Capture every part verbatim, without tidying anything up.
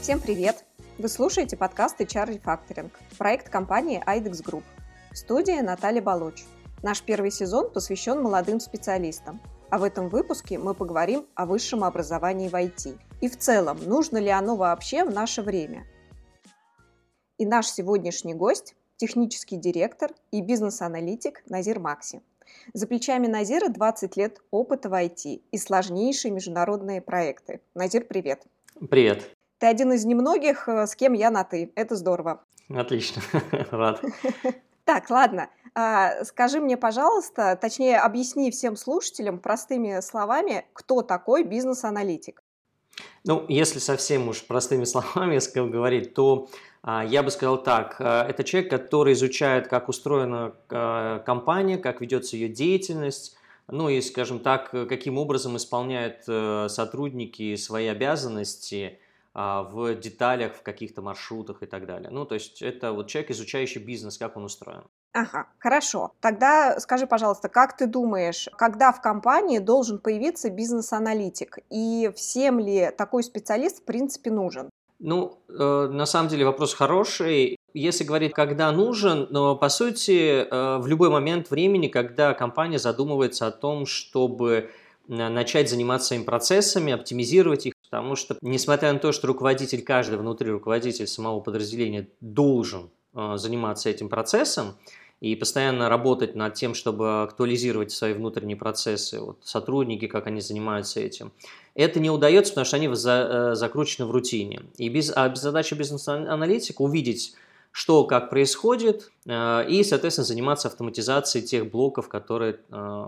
Всем привет! Вы слушаете подкаст эйч ар Refactoring, проект компании Айдекс Групп. В студии Наталья Балоч. Наш первый сезон посвящен молодым специалистам, а в этом выпуске мы поговорим о высшем образовании в ай ти. И в целом, нужно ли оно вообще в наше время? И наш сегодняшний гость – технический директор и бизнес-аналитик Назир Макси. За плечами Назира двадцать лет опыта в ай ти и сложнейшие международные проекты. Назир, привет! Привет! Ты один из немногих, с кем я на «ты». Это здорово. Отлично, рад. Так, ладно. Скажи мне, пожалуйста, точнее, объясни всем слушателям простыми словами, кто такой бизнес-аналитик. Ну, если совсем уж простыми словами говорить, то а, я бы сказал так. Это человек, который изучает, как устроена а, компания, как ведется ее деятельность, ну и, скажем так, каким образом исполняют а, сотрудники свои обязанности а, в деталях, в каких-то маршрутах и так далее. Ну, то есть это вот человек, изучающий бизнес, как он устроен. Ага, хорошо. Тогда скажи, пожалуйста, как ты думаешь, когда в компании должен появиться бизнес-аналитик? И всем ли такой специалист в принципе нужен? Ну, э, на самом деле вопрос хороший. Если говорить, когда нужен, но по сути э, в любой момент времени, когда компания задумывается о том, чтобы начать заниматься своими процессами, оптимизировать их, потому что, несмотря на то, что руководитель, каждый внутри руководитель самого подразделения должен э, заниматься этим процессом, и постоянно работать над тем, чтобы актуализировать свои внутренние процессы, вот, сотрудники, как они занимаются этим. Это не удается, потому что они за, закручены в рутине. И без, а задача бизнес-аналитика – увидеть, что, как происходит, и, соответственно, заниматься автоматизацией тех блоков, которые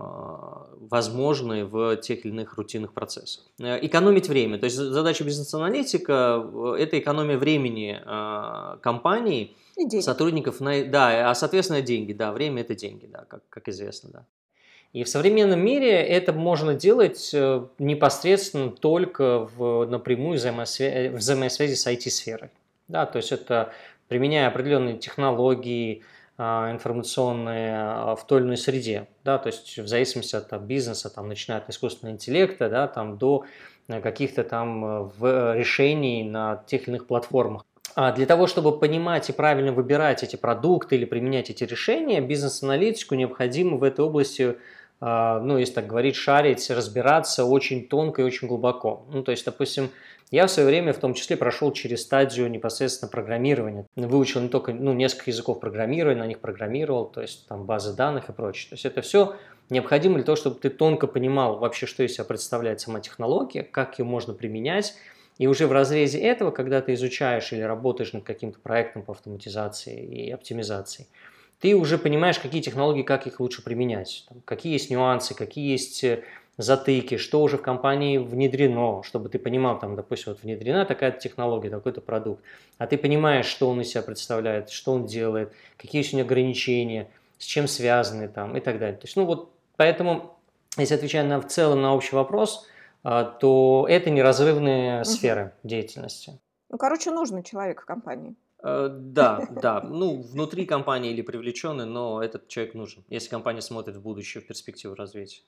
возможны в тех или иных рутинных процессах. Экономить время. То есть задача бизнес-аналитика – это экономия времени компании, сотрудников, на, да, а соответственно деньги, да, время – это деньги, да, как, как известно, да. И в современном мире это можно делать непосредственно только в напрямую взаимосвязи, взаимосвязи с ай ти-сферой. Да, то есть это применяя определенные технологии информационные в той или иной среде, да, то есть в зависимости от там, бизнеса, там, начиная от искусственного интеллекта, да, там, до каких-то там в решений на тех или иных платформах. А для того, чтобы понимать и правильно выбирать эти продукты или применять эти решения, бизнес-аналитику необходимо в этой области, ну, если так говорить, шарить, разбираться очень тонко и очень глубоко. Ну, то есть, допустим, я в свое время в том числе прошел через стадию непосредственно программирования. Выучил не только ну, несколько языков программирования, на них программировал, то есть там базы данных и прочее. То есть это все необходимо для того, чтобы ты тонко понимал вообще, что из себя представляет сама технология, как ее можно применять. И уже в разрезе этого, когда ты изучаешь или работаешь над каким-то проектом по автоматизации и оптимизации, ты уже понимаешь, какие технологии, как их лучше применять, там, какие есть нюансы, какие есть затыки, что уже в компании внедрено, чтобы ты понимал, там, допустим, вот внедрена такая-то технология, такой-то продукт, а ты понимаешь, что он из себя представляет, что он делает, какие есть у него ограничения, с чем связаны там, и так далее. То есть, ну вот, поэтому, если отвечать на, в целом на общий вопрос, то это неразрывные сферы угу. деятельности. Ну, короче, нужный человек в компании. Э, да, да. Ну, внутри компании или привлеченный, но этот человек нужен, если компания смотрит в будущее, в перспективу развития.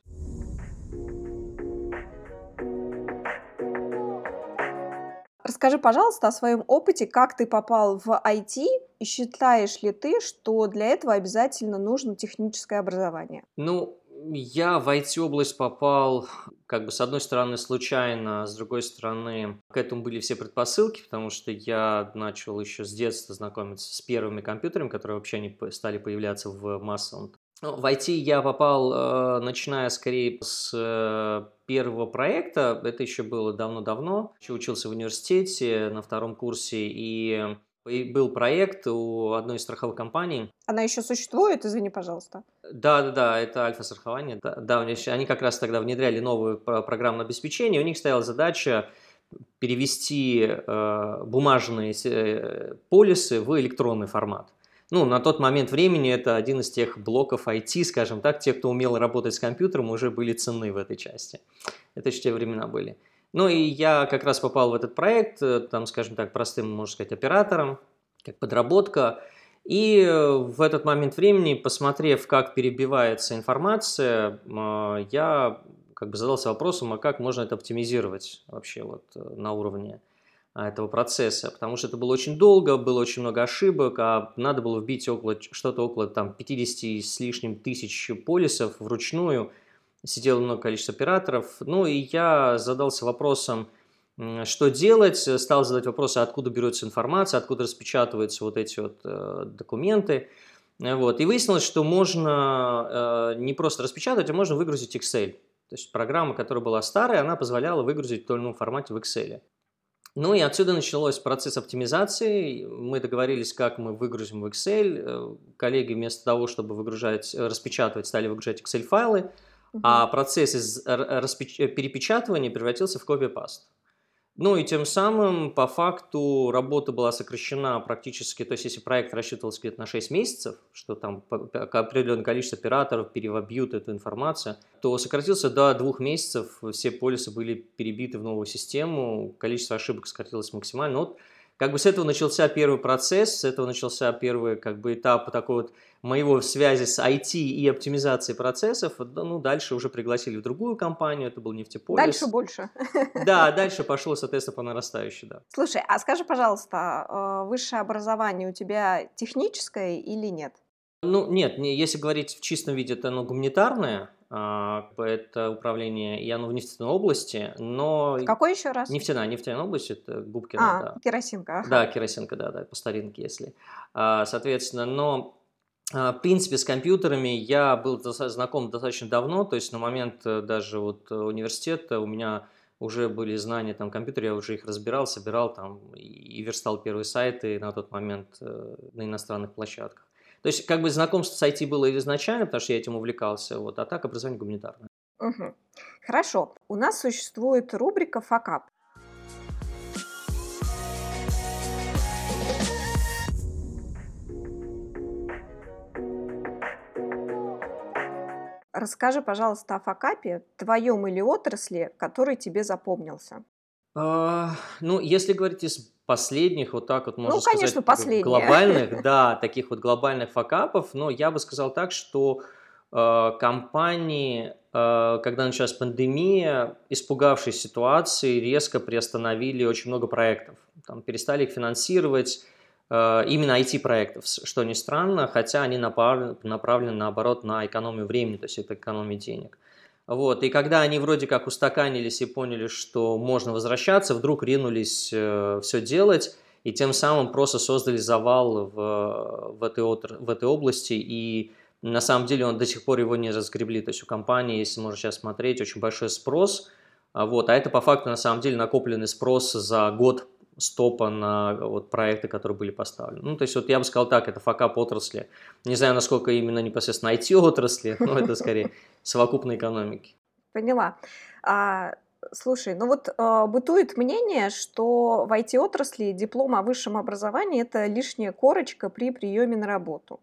Расскажи, пожалуйста, о своем опыте, как ты попал в ай ти, и считаешь ли ты, что для этого обязательно нужно техническое образование? Ну, я в ай ти-область попал, как бы, с одной стороны, случайно, с другой стороны, к этому были все предпосылки, потому что я начал еще с детства знакомиться с первыми компьютерами, которые вообще не стали появляться в массовом. Ну, в ай ти я попал, начиная скорее с первого проекта, это еще было давно-давно, еще учился в университете на втором курсе, и был проект у одной из страховых компаний. Она еще существует, извини, пожалуйста? Да, да, да, это альфа-страхование. Да, да, они как раз тогда внедряли новое программное обеспечение. У них стояла задача перевести э, бумажные э, полисы в электронный формат. Ну, на тот момент времени это один из тех блоков ай ти, скажем так, те, кто умел работать с компьютером, уже были ценны в этой части. Это еще те времена были. Ну и я как раз попал в этот проект, там, скажем так, простым, можно сказать, оператором, как подработка. И в этот момент времени, посмотрев, как перебивается информация, я как бы задался вопросом, а как можно это оптимизировать вообще вот на уровне этого процесса, потому что это было очень долго, было очень много ошибок, а надо было вбить около, что-то около там, пятьдесят с лишним тысяч полисов вручную, сидело много количество операторов, ну и я задался вопросом, что делать, стал задать вопросы, откуда берется информация, откуда распечатываются вот эти вот э, документы, вот, и выяснилось, что можно э, не просто распечатать, а можно выгрузить Excel, то есть программа, которая была старая, она позволяла выгрузить в том или ином формате в Excel. Ну и отсюда начался процесс оптимизации. Мы договорились, как мы выгрузим в Excel. Коллеги вместо того, чтобы выгружать, распечатывать, стали выгружать Excel-файлы, угу. а процесс из распеч... перепечатывания превратился в copy-paste. Ну и тем самым, по факту, работа была сокращена практически, то есть если проект рассчитывался где-то на шесть месяцев, что там определенное количество операторов перевобьют эту информацию, то сократился до двух месяцев, все полисы были перебиты в новую систему, количество ошибок сократилось максимально. Вот как бы с этого начался первый процесс, с этого начался первый как бы этап такой вот моего связи с ай ти и оптимизацией процессов. Ну, дальше уже пригласили в другую компанию, это был Нефтеполис. Дальше больше. Да, дальше пошло, соответственно, по нарастающей, да. Слушай, а скажи, пожалуйста, высшее образование у тебя техническое или нет? Ну, нет, если говорить в чистом виде, это оно гуманитарное, это управление, и оно в нефтяной области, но... В какой еще раз? Нефтяная, нефтяная область, это Губкина, а, да. керосинка. Ага. Да, керосинка, да, да, по старинке, если. Соответственно, но... В принципе, с компьютерами я был знаком достаточно давно, то есть на момент даже вот университета у меня уже были знания там компьютера, я уже их разбирал, собирал там и верстал первые сайты на тот момент на иностранных площадках. То есть как бы знакомство с ай ти было изначально, потому что я этим увлекался, вот, а так образование гуманитарное. Угу. Хорошо. У нас существует рубрика «Факап». Расскажи, пожалуйста, о факапе, твоем или отрасли, который тебе запомнился. А, ну, если говорить из последних, вот так вот можно ну, конечно, сказать, последние. глобальных, да, таких вот глобальных факапов, но я бы сказал так, что э, компании, э, когда началась пандемия, испугавшись ситуации, резко приостановили очень много проектов, там, перестали их финансировать, э, именно ай ти-проектов, что ни странно, хотя они направлены, направлены наоборот на экономию времени, то есть это экономия денег. Вот, и когда они вроде как устаканились и поняли, что можно возвращаться, вдруг ринулись э, все делать, и тем самым просто создали завал в, в, этой, отр... в этой области, и на самом деле он до сих пор его не разгребли. То есть у компании, если можно сейчас смотреть, очень большой спрос, вот, а это по факту на самом деле накопленный спрос за год стопа на вот, проекты, которые были поставлены. Ну, то есть вот я бы сказал так, это факап отрасли. Не знаю, насколько именно непосредственно ай ти-отрасли, но это скорее совокупной экономики. Поняла. А, слушай, ну вот а, бытует мнение, что в ай ти-отрасли диплом о высшем образовании – это лишняя корочка при приеме на работу.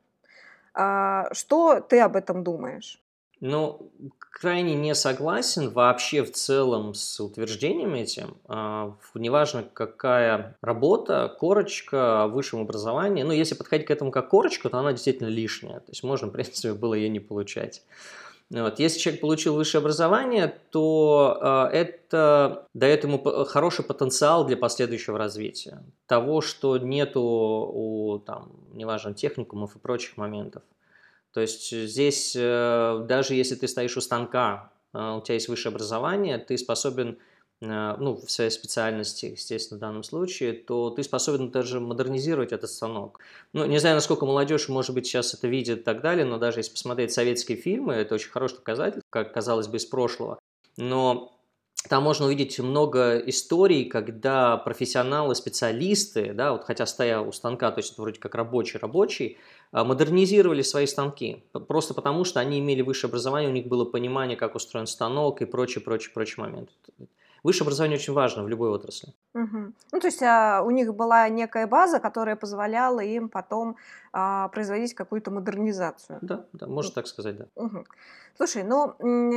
А, что ты об этом думаешь? Ну, крайне не согласен вообще в целом с утверждением этим. А, неважно, какая работа, корочка о высшем образовании. Ну, если подходить к этому как корочку, то она действительно лишняя. То есть можно, в принципе, было ее не получать. Вот. Если человек получил высшее образование, то э, это дает ему хороший потенциал для последующего развития. Того, что нету у, там, неважно, техникумов и прочих моментов. То есть здесь, э, даже если ты стоишь у станка, э, у тебя есть высшее образование, ты способен, э, ну, в своей специальности, естественно, в данном случае, то ты способен даже модернизировать этот станок. Ну, не знаю, насколько молодежь, может быть, сейчас это видит и так далее, но даже если посмотреть советские фильмы, это очень хороший показатель, как казалось бы, из прошлого. Но там можно увидеть много историй, когда профессионалы, специалисты, да, вот хотя стоя у станка, то есть это вроде как рабочий-рабочий, модернизировали свои станки, просто потому что они имели высшее образование, у них было понимание, как устроен станок и прочие, прочие, прочие моменты. Высшее образование очень важно в любой отрасли. Угу. Ну, то есть а, у них была некая база, которая позволяла им потом а, производить какую-то модернизацию. Да, да, можно так сказать, да. Угу. Слушай, ну,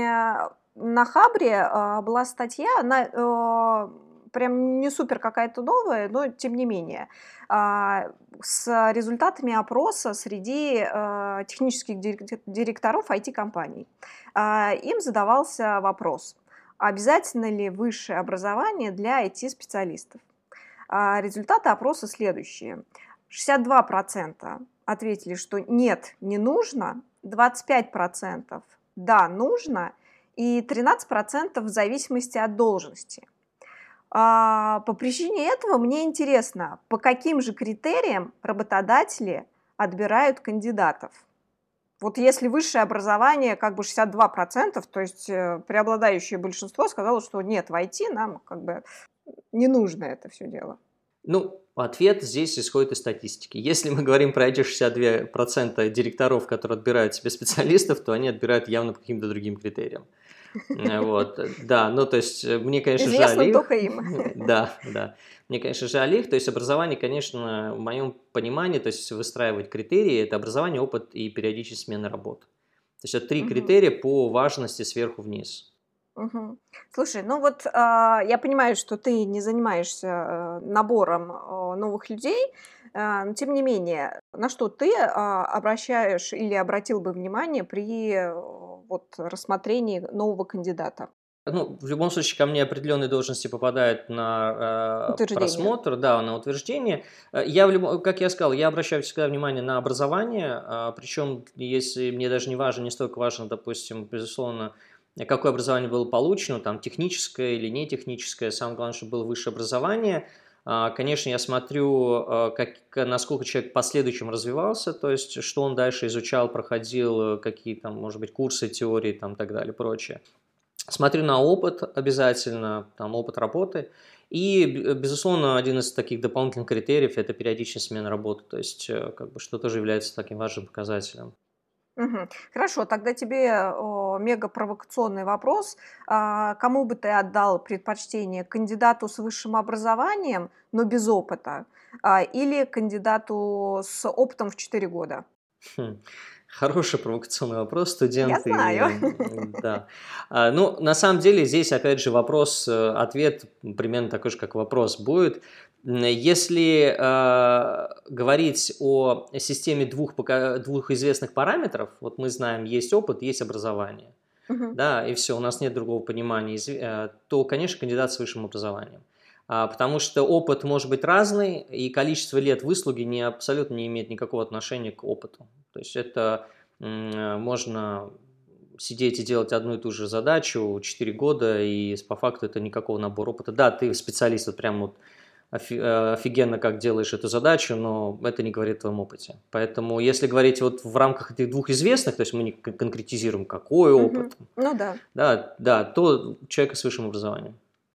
на Хабре а, была статья, она а, прям не супер какая-то новая, но тем не менее, а, с результатами опроса среди а, технических директоров ай ти-компаний. А, им задавался вопрос: обязательно ли высшее образование для ай ти-специалистов? А результаты опроса следующие. шестьдесят два процента ответили, что нет, не нужно, двадцать пять процентов да, нужно, и тринадцать процентов в зависимости от должности. А, по причине этого мне интересно, по каким же критериям работодатели отбирают кандидатов? Вот если высшее образование как бы шестьдесят два процента, то есть э, преобладающее большинство сказало, что нет, в ай ти нам как бы не нужно это все дело. Ну, ответ здесь исходит из статистики. Если мы говорим про эти шестьдесят два процента директоров, которые отбирают себе специалистов, то они отбирают явно по каким-то другим критериям. Вот, да, ну, то есть, мне, конечно, Известно жаль их. только им. Да, да. Мне, конечно, жаль их. То есть, образование, конечно, в моем понимании, то есть, выстраивать критерии, это образование, опыт и периодическая смена работы. То есть, это три Мгм. критерия по важности сверху вниз. Мгм. Слушай, ну вот а, я понимаю, что ты не занимаешься э, набором э, новых людей, а, но тем не менее, на что ты а, обращаешь или обратил бы внимание при э, вот рассмотрении нового кандидата? Ну, в любом случае, ко мне определенные должности попадают на э, Утверждение. просмотр, да, на утверждение. Э, Я, в любом, как я сказал, я обращаю всегда внимание на образование, а, причем, если мне даже не важно, не столько важно, допустим, безусловно, какое образование было получено, там, техническое или не техническое, самое главное, чтобы было высшее образование. А, Конечно, я смотрю, э, как, насколько человек в последующем развивался, то есть, что он дальше изучал, проходил, э, какие там, может быть, курсы, теории, там, и так далее, прочее. Смотрю на опыт обязательно, там опыт работы. И, б- безусловно, один из таких дополнительных критериев – это периодичная смена работы, то есть, э, как бы, что тоже является таким важным показателем. Мгм. Хорошо, тогда тебе о, мега провокационный вопрос. А, кому бы ты отдал предпочтение? Кандидату с высшим образованием, но без опыта, а, или кандидату с опытом в четыре года? Хм, Хороший провокационный вопрос, Я студенты, знаю. м, да. А, Ну, на самом деле, здесь, опять же, вопрос, э, ответ примерно такой же, как вопрос будет. М, Если э, говорить о системе двух, пока- двух известных параметров, вот мы знаем, есть опыт, есть образование, Мгм. да, и все, у нас нет другого понимания, изв- э, то, конечно, кандидат с высшим образованием. А, Потому что опыт может быть разный, и количество лет выслуги не, абсолютно не имеет никакого отношения к опыту. То есть это м, э, можно сидеть и делать одну и ту же задачу четыре года, и по факту это никакого набора опыта. Да, ты специалист, вот прям вот офи- э, офигенно как делаешь эту задачу, но это не говорит о твоем опыте. Поэтому если говорить вот в рамках этих двух известных, то есть мы не кон- конкретизируем, какой Мгм. опыт, Ну да. да, да, то человека с высшим образованием.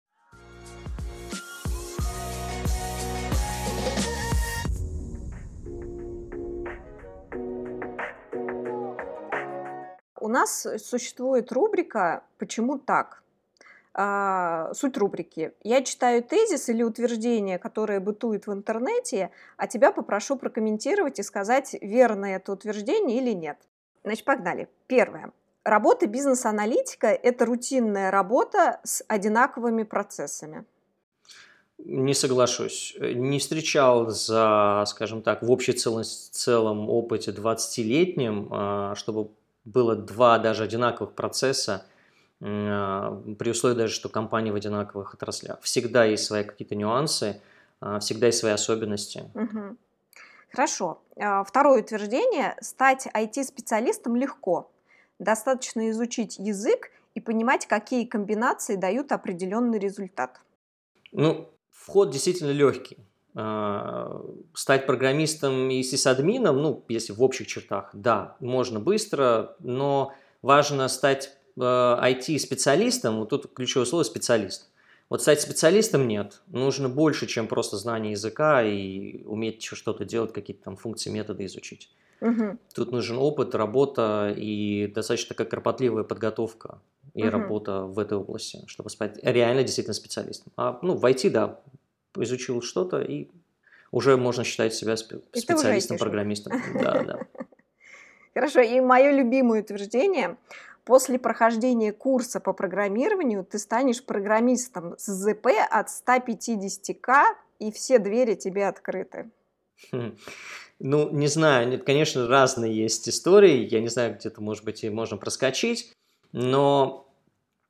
У нас существует рубрика «Почему так?». А, Суть рубрики. Я читаю тезис или утверждение, которое бытует в интернете, а тебя попрошу прокомментировать и сказать, верно это утверждение или нет. Значит, погнали. Первое. Работа бизнес-аналитика – это рутинная работа с одинаковыми процессами. Не соглашусь. Э, Не встречал за, скажем так, в общей целом, целом опыте двадцатилетнем, а, чтобы было два даже одинаковых процесса, м, а, при условии даже, что компании в одинаковых отраслях. Всегда есть свои какие-то нюансы, а, всегда есть свои особенности. Мгм. Хорошо. А, Второе утверждение – стать ай ти-специалистом легко. Достаточно изучить язык и понимать, какие комбинации дают определенный результат. Ну, вход действительно легкий. А, Стать программистом и сисадмином, ну, если в общих чертах, да, можно быстро, но важно стать э, ай ти-специалистом, вот тут ключевое слово «специалист». Вот стать специалистом нет, нужно больше, чем просто знание языка и уметь еще что-то делать, какие-то там функции, методы изучить. Мгм. Тут нужен опыт, работа и достаточно такая кропотливая подготовка и Мгм. работа в этой области, чтобы стать реально действительно специалистом. А ну, в ай ти, да, изучил что-то, и уже можно считать себя спе- И ты уже специалистом, айтишник. программистом. Да, да. Хорошо, и мое любимое утверждение. После прохождения курса по программированию ты станешь программистом с зэ пэ от ста пятидесяти тысяч, и все двери тебе открыты. Хм. Ну, не знаю, нет, конечно, разные есть истории, я не знаю, где-то, может быть, и можно проскочить, но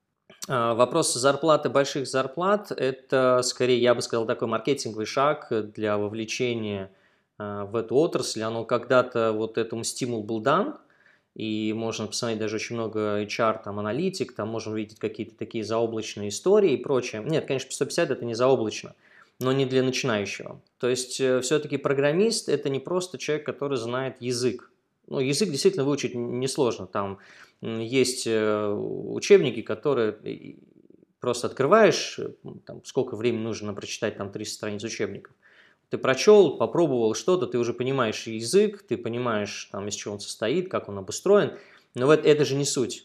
А, Вопрос зарплаты, больших зарплат– это скорее, я бы сказал, такой маркетинговый шаг для вовлечения а, в эту отрасль. Оно когда-то вот этому стимул был дан, и можно посмотреть даже очень много эйч ар, там, аналитик, там можно увидеть какие-то такие заоблачные истории и прочее. Нет, конечно, сто пятьдесят это не заоблачно, но не для начинающего. То есть все-таки программист– это не просто человек, который знает язык. Ну, язык действительно выучить несложно. Там есть учебники, которые просто открываешь, там, сколько времени нужно прочитать там триста страниц учебников. Ты прочел, попробовал что-то, ты уже понимаешь язык, ты понимаешь, там, из чего он состоит, как он обустроен. Но это, это же не суть.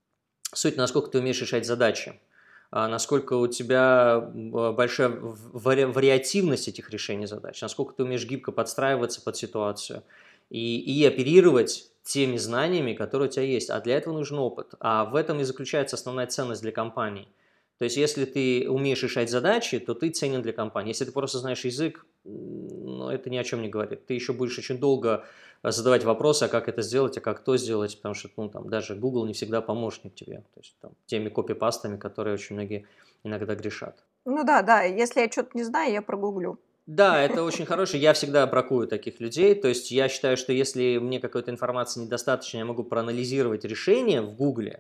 Суть, насколько ты умеешь решать задачи, насколько у тебя большая вари- вариативность этих решений задач, насколько ты умеешь гибко подстраиваться под ситуацию и, и оперировать теми знаниями, которые у тебя есть. А для этого нужен опыт. А в этом и заключается основная ценность для компании. То есть, если ты умеешь решать задачи, то ты ценен для компании. Если ты просто знаешь язык, ну, это ни о чем не говорит. Ты еще будешь очень долго задавать вопросы, а как это сделать, а как то сделать, потому что ну, там, даже Google не всегда помощник тебе. То есть, там, теми копипастами, которые очень многие иногда грешат. Ну да, да, если я что-то не знаю, я прогуглю. Да, это очень хороший. Я всегда бракую таких людей. То есть я считаю, что если мне какой-то информации недостаточно, я могу проанализировать решения в Гугле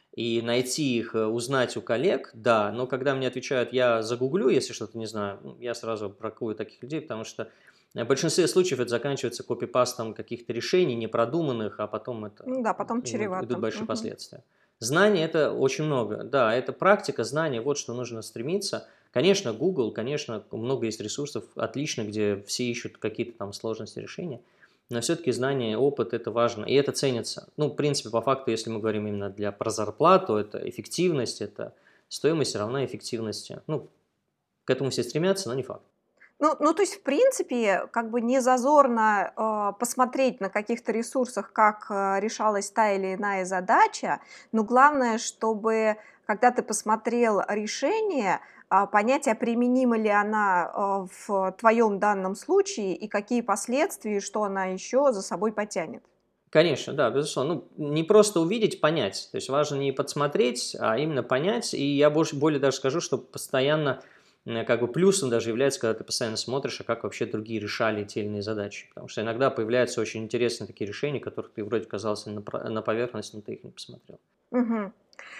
и найти их, узнать у коллег, да. Но когда мне отвечают, я загуглю, если что-то не знаю, я сразу бракую таких людей, потому что в большинстве случаев это заканчивается копипастом каких-то решений, непродуманных, а потом это Ну да, потом идут, идут чревато. большие Мгм. последствия. Знания– это очень много. Да, это практика, знания, вот что нужно стремиться. Конечно, Google, конечно, много есть ресурсов отлично, где все ищут какие-то там сложности решения, но все-таки знание, опыт– это важно, и это ценится. Ну, в принципе, по факту, если мы говорим именно для, про зарплату, это эффективность, это стоимость равна эффективности. Ну, к этому все стремятся, но не факт. Ну, ну, то есть, в принципе, как бы не зазорно э, посмотреть на каких-то ресурсах, как э, решалась та или иная задача, но главное, чтобы, когда ты посмотрел решение, а, понять, а применима ли она э, в твоем данном случае и какие последствия, и что она еще за собой потянет. Конечно, да, безусловно. Ну, не просто увидеть, понять. То есть важно не подсмотреть, а именно понять. И я больше, более даже скажу, что постоянно, э, как бы плюсом даже является, когда ты постоянно смотришь, а как вообще другие решали те или иные задачи. Потому что иногда появляются очень интересные такие решения, которых ты вроде казалось на, про- на поверхности, но ты их не посмотрел. Мгм.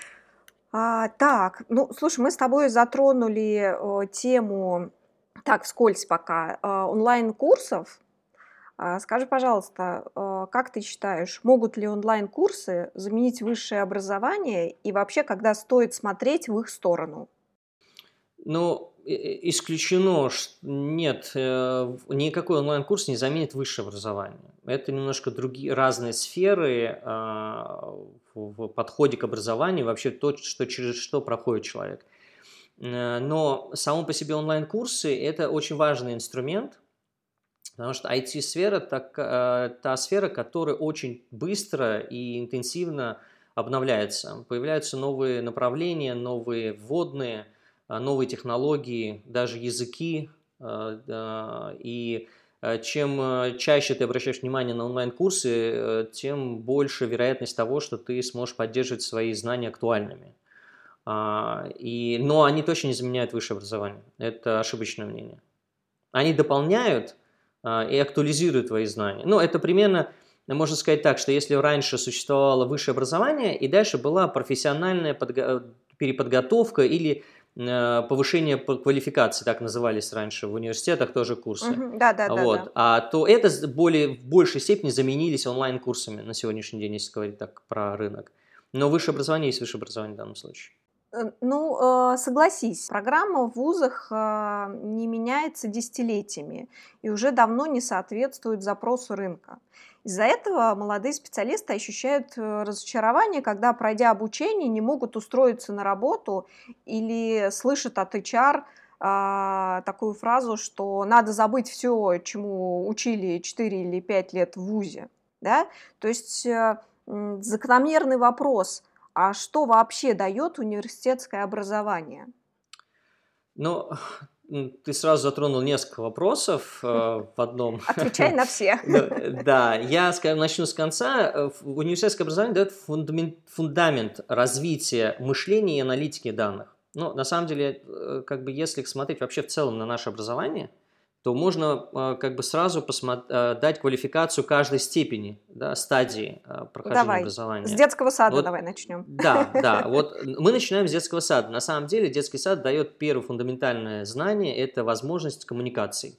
А, так, ну, слушай, мы с тобой затронули э, тему, так, вскользь пока, э, онлайн-курсов. А, скажи, пожалуйста, э, как ты считаешь, могут ли онлайн-курсы заменить высшее образование и вообще, когда стоит смотреть в их сторону? Ну, и- и- исключено, ш- нет, э, в- никакой онлайн-курс не заменит высшее образование. Это немножко другие, разные сферы а, в в подходе к образованию, вообще то, что, через что проходит человек. Э, Но само по себе онлайн-курсы– это очень важный инструмент, потому что ай ти-сфера– так, э, та сфера, которая очень быстро и интенсивно обновляется. Появляются новые направления, новые вводные, э, новые технологии, даже языки. э, да, И э, чем э, чаще ты обращаешь внимание на онлайн-курсы, э, тем больше вероятность того, что ты сможешь поддерживать свои знания актуальными. А, И, но они точно не заменяют высшее образование. Это ошибочное мнение. Они дополняют а, и актуализируют твои знания. Ну, это примерно, можно сказать так, что если раньше существовало высшее образование, и дальше была профессиональная подго- переподготовка или э, повышение по- квалификации, так назывались раньше в университетах тоже курсы, Мгм. Да, да, да, да. вот, а то это с- более, в большей степени заменились онлайн-курсами на сегодняшний день, если говорить так про рынок. Но высшее образование есть высшее образование в данном случае. Э, Ну, э, согласись, программа в вузах э, не меняется десятилетиями и уже давно не соответствует запросу рынка. Из-за этого молодые специалисты ощущают э, разочарование, когда, пройдя обучение, не могут устроиться на работу или слышат от эйч ар а, такую фразу, что надо забыть все, чему учили четыре или пять лет в вузе. Да? То есть э, м, закономерный вопрос – а что вообще дает университетское образование? Но ты сразу затронул несколько вопросов э, в одном. Отвечай на все. Да, я начну с конца. Университетское образование дает фундамент развития мышления и аналитики данных. Но на самом деле, как бы, если смотреть вообще в целом на наше образование, то можно как бы сразу дать квалификацию каждой степени, да, стадии прохождения давай. образования. С детского сада вот, давай начнем. Да, да. Вот мы начинаем с детского сада. На самом деле детский сад дает первое фундаментальное знание – это возможность коммуникации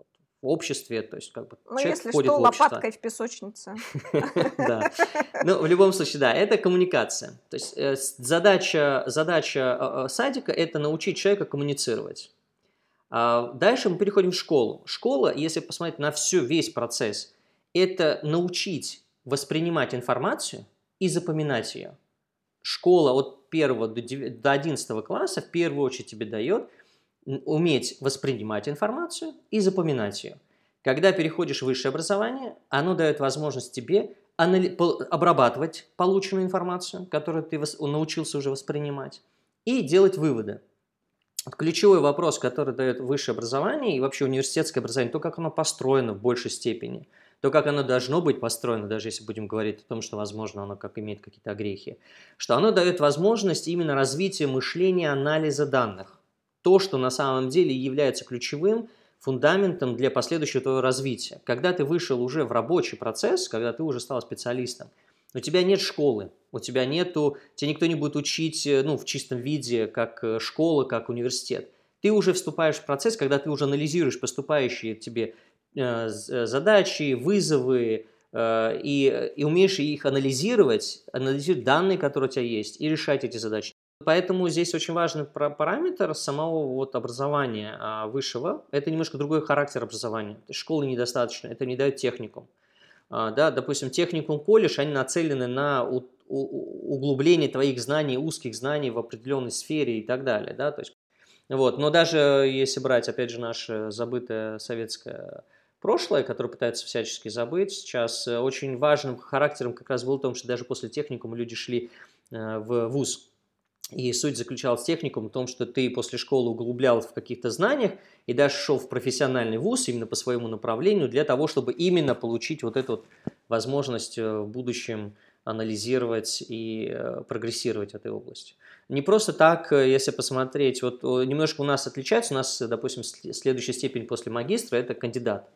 в обществе, то есть как бы ну, человек если входит что, в общество. лопаткой в песочнице. Да. Ну, в любом случае, да, это коммуникация. То есть задача, задача садика – это научить человека коммуницировать. Дальше мы переходим в школу. Школа, если посмотреть на все, весь процесс, это научить воспринимать информацию и запоминать ее. Школа от первого до одиннадцатого класса в первую очередь тебе дает уметь воспринимать информацию и запоминать ее. Когда переходишь в высшее образование, оно дает возможность тебе обрабатывать полученную информацию, которую ты научился уже воспринимать, и делать выводы. Ключевой вопрос, который дает высшее образование и вообще университетское образование, то, как оно построено в большей степени, то, как оно должно быть построено, даже если будем говорить о том, что, возможно, оно как имеет какие-то огрехи, что оно дает возможность именно развития мышления, анализа данных. То, что на самом деле является ключевым фундаментом для последующего твоего развития. Когда ты вышел уже в рабочий процесс, когда ты уже стал специалистом, у тебя нет школы, у тебя нету, тебя никто не будет учить, ну, в чистом виде, как школа, как университет. Ты уже вступаешь в процесс, когда ты уже анализируешь поступающие тебе э, задачи, вызовы, э, и, и умеешь их анализировать, анализировать данные, которые у тебя есть, и решать эти задачи. Поэтому здесь очень важный параметр самого вот образования а, высшего. Это немножко другой характер образования. Школы недостаточно, это не дает техникум. А, да, допустим, техникум, колледж, они нацелены на у, у, углубление твоих знаний, узких знаний в определенной сфере и так далее. Да, то есть, вот. Но даже если брать, опять же, наше забытое советское прошлое, которое пытается всячески забыть, сейчас очень важным характером как раз было в том, что даже после техникума люди шли э, в вуз. И суть заключалась в техникуме в том, что ты после школы углублялся в каких-то знаниях и даже шел в профессиональный вуз именно по своему направлению для того, чтобы именно получить вот эту вот возможность в будущем анализировать и прогрессировать в этой области. Не просто так, если посмотреть, вот немножко у нас отличается, у нас, допустим, следующая степень после магистра – это кандидат.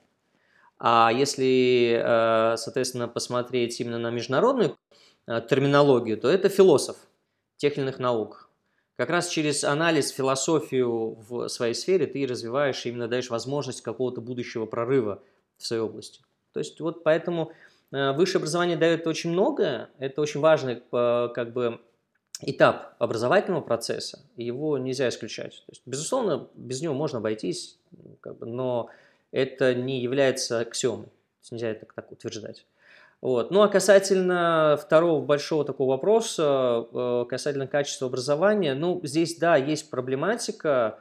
А если, соответственно, посмотреть именно на международную терминологию, то это философ тех или иных наук. Как раз через анализ, философию в своей сфере ты развиваешь и именно даешь возможность какого-то будущего прорыва в своей области. То есть вот поэтому высшее образование дает очень многое, это очень важный как бы этап образовательного процесса, и его нельзя исключать. То есть, безусловно, без него можно обойтись, как бы, но это не является аксиомой, то есть нельзя это так утверждать. Вот. Ну а касательно второго большого такого вопроса, касательно качества образования, ну здесь, да, есть проблематика,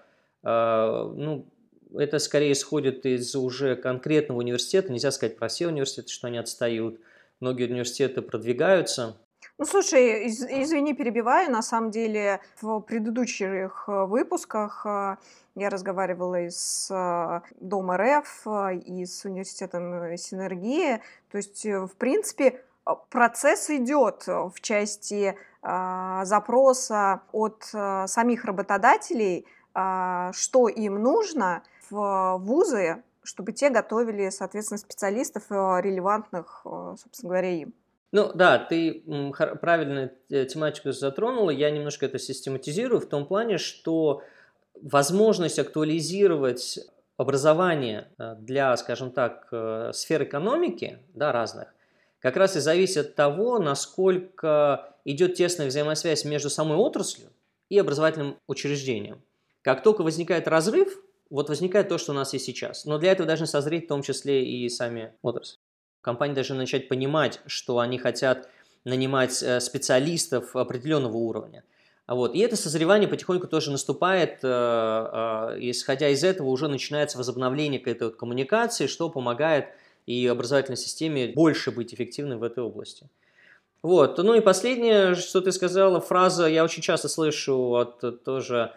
ну это скорее исходит из уже конкретного университета, нельзя сказать про все университеты, что они отстают, многие университеты продвигаются. Ну, слушай, из, извини, перебиваю, на самом деле в предыдущих выпусках я разговаривала и с Дом РФ, и с университетом Синергии, то есть, в принципе, процесс идет в части а, запроса от а, самих работодателей, а, что им нужно в вузы, чтобы те готовили, соответственно, специалистов релевантных, собственно говоря, им. Ну да, ты правильно тематику затронула, я немножко это систематизирую в том плане, что возможность актуализировать образование для, скажем так, сфер экономики, да, разных, как раз и зависит от того, насколько идет тесная взаимосвязь между самой отраслью и образовательным учреждением. Как только возникает разрыв, вот возникает то, что у нас есть сейчас. Но для этого должны созреть в том числе и сами отрасли. Компании должны начать понимать, что они хотят нанимать специалистов определенного уровня. Вот. И это созревание потихоньку тоже наступает, исходя из этого уже начинается возобновление какой-то вот коммуникации, что помогает и образовательной системе больше быть эффективной в этой области. Вот. Ну и последнее, что ты сказала, фраза, я очень часто слышу от тоже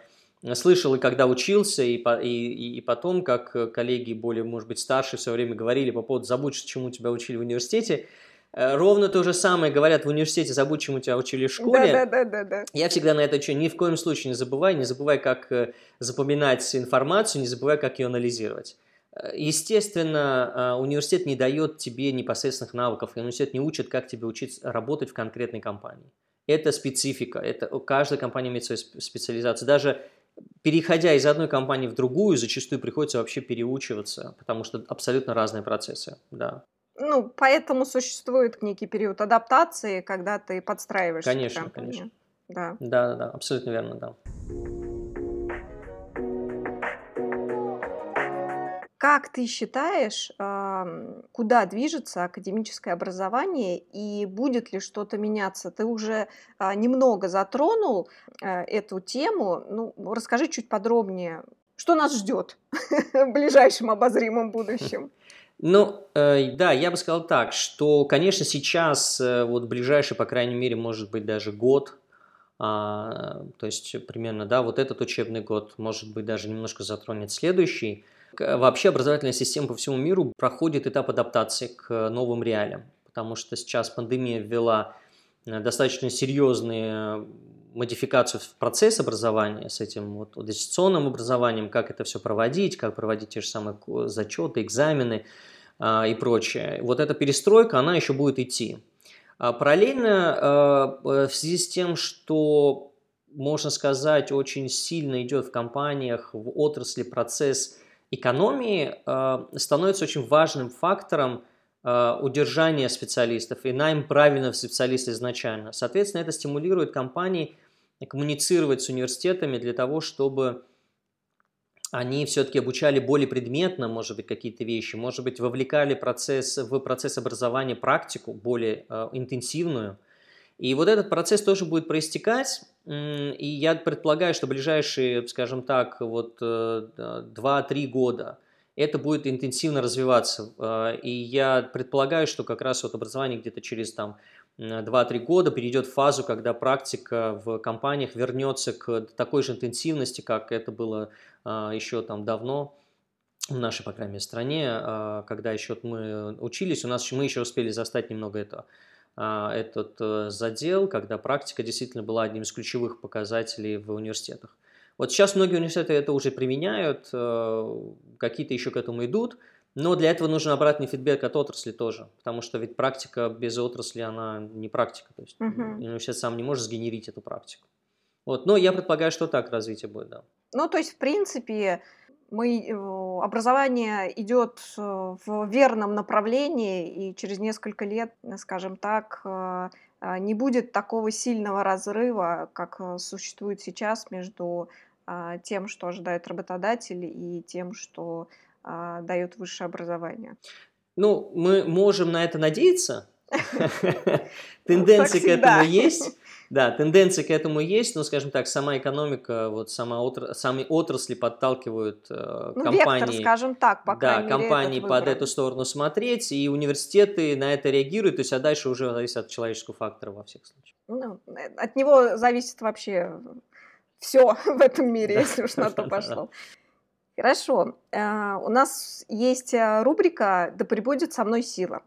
слышал и когда учился, и, по, и, и потом, как коллеги более, может быть, старшие в свое время говорили по поводу «забудь, чему тебя учили в университете». Ровно то же самое говорят в университете «забудь, чему тебя учили в школе». Да, да, да, да. Я всегда на это что, ни в коем случае не забывай, не забывай, как запоминать информацию, не забывай, как ее анализировать. Естественно, университет не дает тебе непосредственных навыков, и университет не учит, как тебе учиться работать в конкретной компании. Это специфика, это, каждая компания имеет свою специализацию. Даже переходя из одной компании в другую, зачастую приходится вообще переучиваться, потому что абсолютно разные процессы, да. Ну, поэтому существует некий период адаптации, когда ты подстраиваешься конечно, к компании. Конечно, да. Да, да, да, абсолютно верно, да. Как ты считаешь, куда движется академическое образование и будет ли что-то меняться? Ты уже немного затронул эту тему. Ну, расскажи чуть подробнее, что нас ждет в ближайшем обозримом будущем. Ну, да, я бы сказал так, что, конечно, сейчас, вот ближайший, по крайней мере, может быть, даже год, то есть примерно, да, вот этот учебный год, может быть, даже немножко затронет следующий. Вообще образовательная система по всему миру проходит этап адаптации к новым реалиям, потому что сейчас пандемия ввела достаточно серьезные модификацию в процесс образования с этим вот дистанционным образованием, как это все проводить, как проводить те же самые зачеты, экзамены а, и прочее. Вот эта перестройка, она еще будет идти. А параллельно а, в связи с тем, что, можно сказать, очень сильно идет в компаниях, в отрасли процесс экономии, а, становится очень важным фактором а, удержания специалистов и найм правильных специалистов изначально. Соответственно, это стимулирует компании коммуницировать с университетами для того, чтобы они все-таки обучали более предметно, может быть, какие-то вещи, может быть, вовлекали процесс, в процесс образования практику более э, интенсивную. И вот этот процесс тоже будет проистекать, и я предполагаю, что ближайшие, скажем так, вот два-три года это будет интенсивно развиваться. И я предполагаю, что как раз вот образование где-то через там два-три года перейдет в фазу, когда практика в компаниях вернется к такой же интенсивности, как это было еще там давно в нашей, по крайней мере, стране, когда еще мы учились, у нас мы еще успели застать немного этого, этот задел, когда практика действительно была одним из ключевых показателей в университетах. Вот сейчас многие университеты это уже применяют, какие-то еще к этому идут, но для этого нужен обратный фидбэк от отрасли тоже, потому что ведь практика без отрасли, она не практика, то есть uh-huh. университет сам не может сгенерить эту практику. Вот, но я предполагаю, что так развитие будет, да. Ну, то есть, в принципе, мы, образование идет в верном направлении, и через несколько лет, скажем так, не будет такого сильного разрыва, как существует сейчас между тем, что ожидают работодатели, и тем, что дает высшее образование. Ну, мы можем на это надеяться. Тенденции к этому есть. Да, тенденции к этому есть, но, скажем так, сама экономика, вот сама отра... сами отрасли подталкивают э, ну, компании, вектор, скажем так, по да, крайней компании мере, под эту сторону смотреть, и университеты на это реагируют, то есть, а дальше уже зависит от человеческого фактора во всех случаях. Ну, от него зависит вообще все в этом мире, если уж на то пошло. Хорошо, у нас есть рубрика «Да пребудет со мной сила».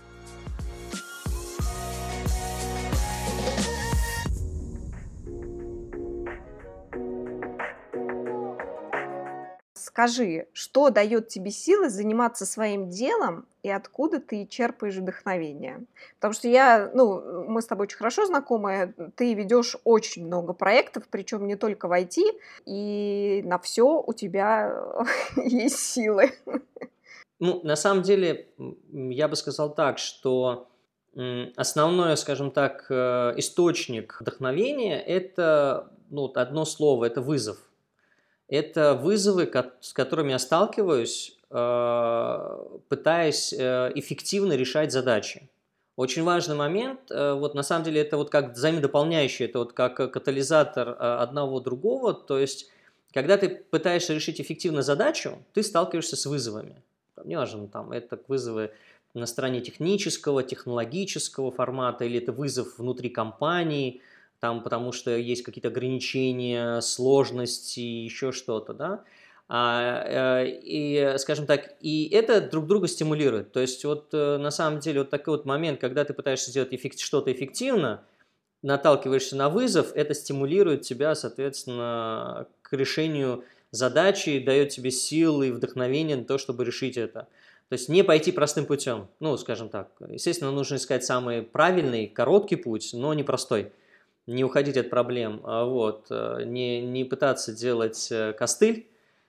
Скажи, что дает тебе силы заниматься своим делом и откуда ты черпаешь вдохновение? Потому что я, ну, мы с тобой очень хорошо знакомы, ты ведешь очень много проектов, причем не только в ай ти, и на все у тебя есть силы. Ну, на самом деле, я бы сказал так, что основной, скажем так, источник вдохновения – это, ну, одно слово, это вызов. Это вызовы, с которыми я сталкиваюсь, пытаясь эффективно решать задачи. Очень важный момент, вот на самом деле это вот как взаимодополняющий, это вот как катализатор одного другого, то есть когда ты пытаешься решить эффективно задачу, ты сталкиваешься с вызовами. Неважно, там, это вызовы на стороне технического, технологического формата, или это вызов внутри компании, там, потому что есть какие-то ограничения, сложности, еще что-то, да. А, и, скажем так, и это друг друга стимулирует. То есть вот на самом деле вот такой вот момент, когда ты пытаешься сделать эффект, что-то эффективно, наталкиваешься на вызов, это стимулирует тебя, соответственно, к решению задачи, дает тебе силы и вдохновение на то, чтобы решить это. То есть не пойти простым путем, ну, скажем так. Естественно, нужно искать самый правильный, короткий путь, но не простой. Не уходить от проблем, вот, не, не пытаться делать костыль,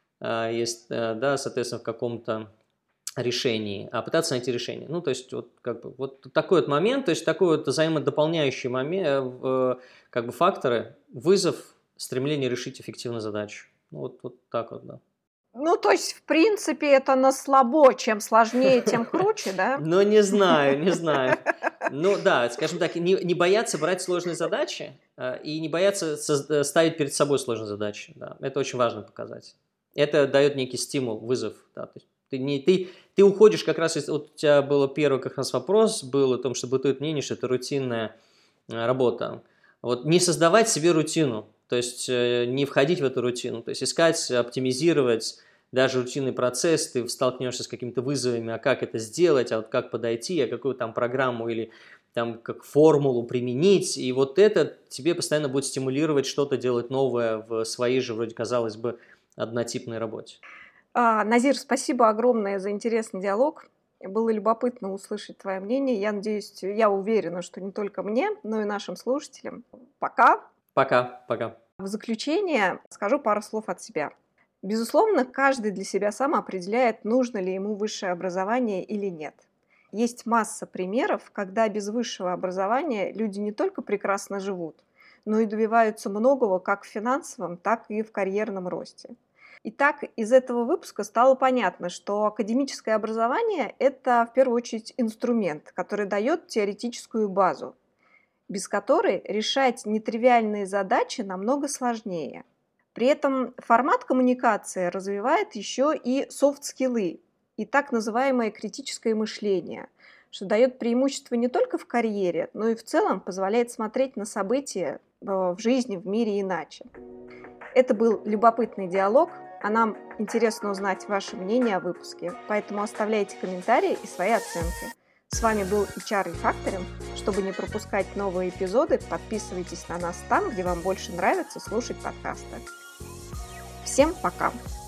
есть, да, соответственно, в каком-то решении, а пытаться найти решение. Ну, то есть, вот, как бы, вот такой вот момент, то есть, такой вот взаимодополняющий момент, как бы, факторы, вызов, стремление решить эффективную задачу. Ну, вот, вот так вот, да. Ну, то есть, в принципе, это на слабо, чем сложнее, тем круче, да? Ну, не знаю, не знаю. Ну, да, скажем так, не, не бояться брать сложные задачи и не бояться ставить перед собой сложные задачи, да, это очень важно показать. Это дает некий стимул, вызов, да, то есть ты, не, ты, ты уходишь как раз, вот у тебя был первый как раз вопрос, был о том, что бытует мнение, что это рутинная работа. Вот не создавать себе рутину, то есть не входить в эту рутину, то есть искать, оптимизировать даже рутинный процесс, ты столкнешься с какими-то вызовами, а как это сделать, а вот как подойти, а какую там программу или там как формулу применить, и вот это тебе постоянно будет стимулировать что-то делать новое в своей же, вроде казалось бы, однотипной работе. А, Назир, спасибо огромное за интересный диалог. Было любопытно услышать твое мнение. Я надеюсь, я уверена, что не только мне, но и нашим слушателям. Пока. Пока, пока. В заключение скажу пару слов от себя. Безусловно, каждый для себя сам определяет, нужно ли ему высшее образование или нет. Есть масса примеров, когда без высшего образования люди не только прекрасно живут, но и добиваются многого как в финансовом, так и в карьерном росте. Итак, из этого выпуска стало понятно, что академическое образование – это в первую очередь инструмент, который дает теоретическую базу, без которой решать нетривиальные задачи намного сложнее. При этом формат коммуникации развивает еще и софт-скиллы и так называемое критическое мышление, что дает преимущество не только в карьере, но и в целом позволяет смотреть на события в жизни, в мире иначе. Это был любопытный диалог, а нам интересно узнать ваше мнение о выпуске, поэтому оставляйте комментарии и свои оценки. С вами был эйч ар Refactoring. Чтобы не пропускать новые эпизоды, подписывайтесь на нас там, где вам больше нравится слушать подкасты. Всем пока!